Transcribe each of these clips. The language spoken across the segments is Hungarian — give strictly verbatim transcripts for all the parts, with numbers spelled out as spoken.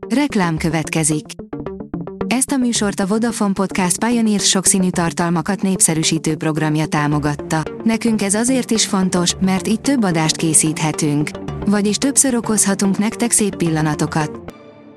Reklám következik. Ezt a műsort a Vodafone Podcast Pioneer sokszínű tartalmakat népszerűsítő programja támogatta. Nekünk ez azért is fontos, mert így több adást készíthetünk. Vagyis többször okozhatunk nektek szép pillanatokat.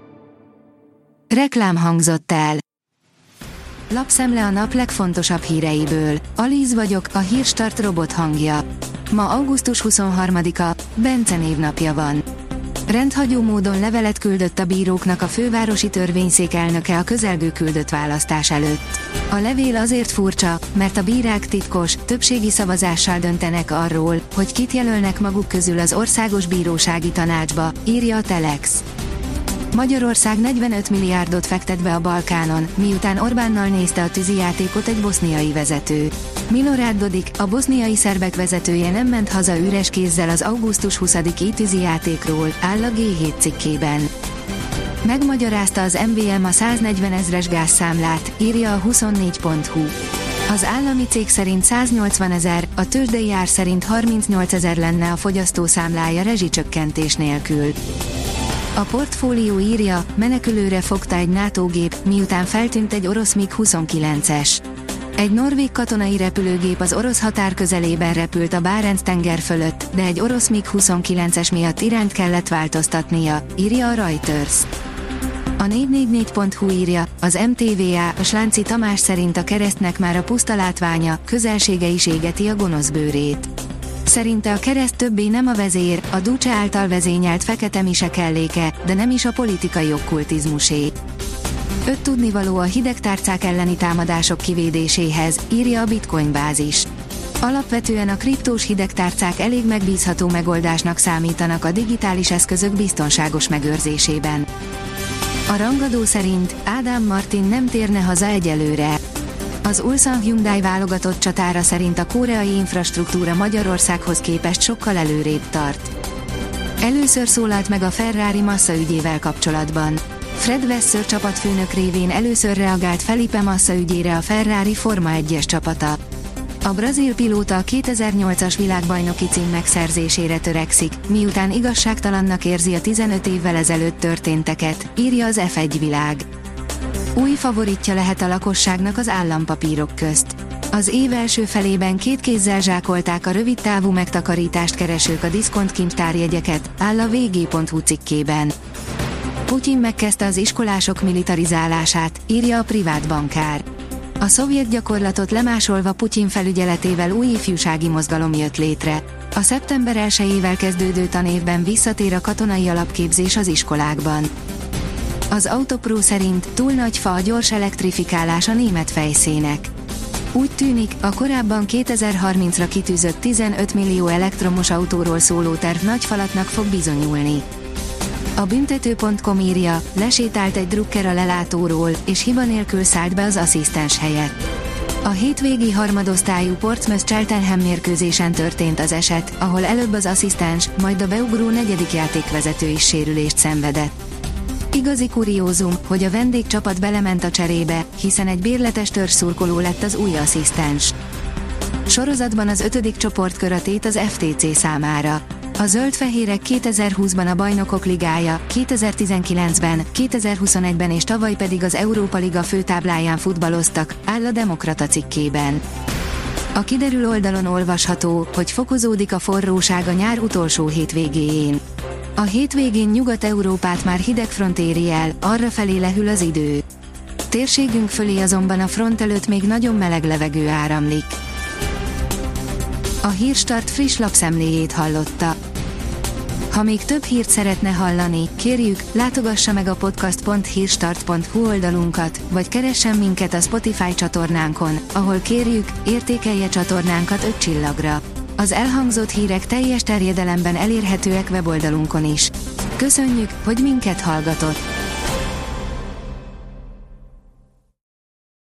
Reklám hangzott el. Lapszemle a nap legfontosabb híreiből. Alíz vagyok, a Hírstart robot hangja. Ma augusztus huszonharmadika, Bence névnapja van. Rendhagyó módon levelet küldött a bíróknak a fővárosi törvényszék elnöke a közelgő küldött választás előtt. A levél azért furcsa, mert a bírák titkos, többségi szavazással döntenek arról, hogy kit jelölnek maguk közül az Országos Bírósági Tanácsba, írja a Telex. Magyarország negyvenöt milliárdot fektet be a Balkánon, miután Orbánnal nézte a tűzijátékot egy boszniai vezető. Milorad Dodik, a boszniai szerbek vezetője nem ment haza üres kézzel az augusztus huszadiki tűzijátékról, áll a gé hét cikkében. Megmagyarázta az em vé em a száznegyven ezres gázszámlát, írja a huszonnégy pont hu. Az állami cég szerint száznyolcvan ezer, a tőzsdei ár szerint harmincnyolc ezer lenne a fogyasztószámlája rezsicsökkentés nélkül. A Portfólió írja, menekülőre fogta egy NATO gép, miután feltűnt egy orosz mig huszonkilences. Egy norvég katonai repülőgép az orosz határ közelében repült a Bárenc-tenger fölött, de egy orosz mig huszonkilences miatt irányt kellett változtatnia, írja a Reuters. A négy négy négy pont hu írja, az em té vé á, a Slánci Tamás szerint a keresztnek már a puszta látványa, közelsége is égeti a gonosz bőrét. Szerinte a kereszt többé nem a vezér, a Duce által vezényelt fekete mise kelléke, de nem is a politikai okkultizmusé. Öt tudnivaló a hidegtárcák elleni támadások kivédéséhez, írja a Bitcoin bázis. Alapvetően a kriptós hidegtárcák elég megbízható megoldásnak számítanak a digitális eszközök biztonságos megőrzésében. A rangadó szerint Ádám Martin nem térne haza egyelőre. Az Ulsan Hyundai válogatott csatára szerint a koreai infrastruktúra Magyarországhoz képest sokkal előrébb tart. Először szólalt meg a Ferrari Massa ügyével kapcsolatban. Fred Vasseur csapatfőnök révén először reagált Felipe Massa ügyére a Ferrari Forma egyes csapata. A brazil pilóta a kétezer-nyolcas világbajnoki cím megszerzésére törekszik, miután igazságtalannak érzi a tizenöt évvel ezelőtt történteket, írja az ef egy világ. Új favoritja lehet a lakosságnak az állampapírok közt. Az év első felében két kézzel zsákolták a rövidtávú megtakarítást keresők a diszkontkincstárjegyeket, áll a vé gé pont hu cikkében. Putyin megkezdte az iskolások militarizálását, írja a privát bankár. A szovjet gyakorlatot lemásolva Putyin felügyeletével új ifjúsági mozgalom jött létre. A szeptember elsejével kezdődő tanévben visszatér a katonai alapképzés az iskolákban. Az Autopro szerint túl nagy fa a gyors elektrifikálás a német fejszének. Úgy tűnik, a korábban kétezer-harmincra kitűzött tizenöt millió elektromos autóról szóló terv nagy falatnak fog bizonyulni. A büntető pont com írja, lesétált egy drukker a lelátóról, és hiba nélkül szállt be az asszisztens helyett. A hétvégi harmadosztályú Portsmouth-Cheltenham mérkőzésen történt az eset, ahol előbb az asszisztens, majd a beugró negyedik játékvezető is sérülést szenvedett. Igazi kuriózum, hogy a vendégcsapat belement a cserébe, hiszen egy bérletes törzszurkoló lett az új asszisztens. Sorozatban az ötödik csoportkör a tét az ef té cé számára. A zöld-fehérek kétezer-húszban a Bajnokok Ligája, kétezer-tizenkilencben, kétezer-huszonegyben és tavaly pedig az Európa Liga főtábláján futballoztak, áll a Demokrata cikkében. A kiderül oldalon olvasható, hogy fokozódik a forróság a nyár utolsó hétvégéjén. A hétvégén Nyugat-Európát már hidegfront éri el, arrafelé lehűl az idő. Térségünk fölé azonban a front előtt még nagyon meleg levegő áramlik. A Hírstart friss lapszemléjét hallotta. Ha még több hírt szeretne hallani, kérjük, látogassa meg a podcast pont hírstart pont hu oldalunkat, vagy keressen minket a Spotify csatornánkon, ahol kérjük, értékelje csatornánkat öt csillagra. Az elhangzott hírek teljes terjedelemben elérhetőek weboldalunkon is. Köszönjük, hogy minket hallgatott!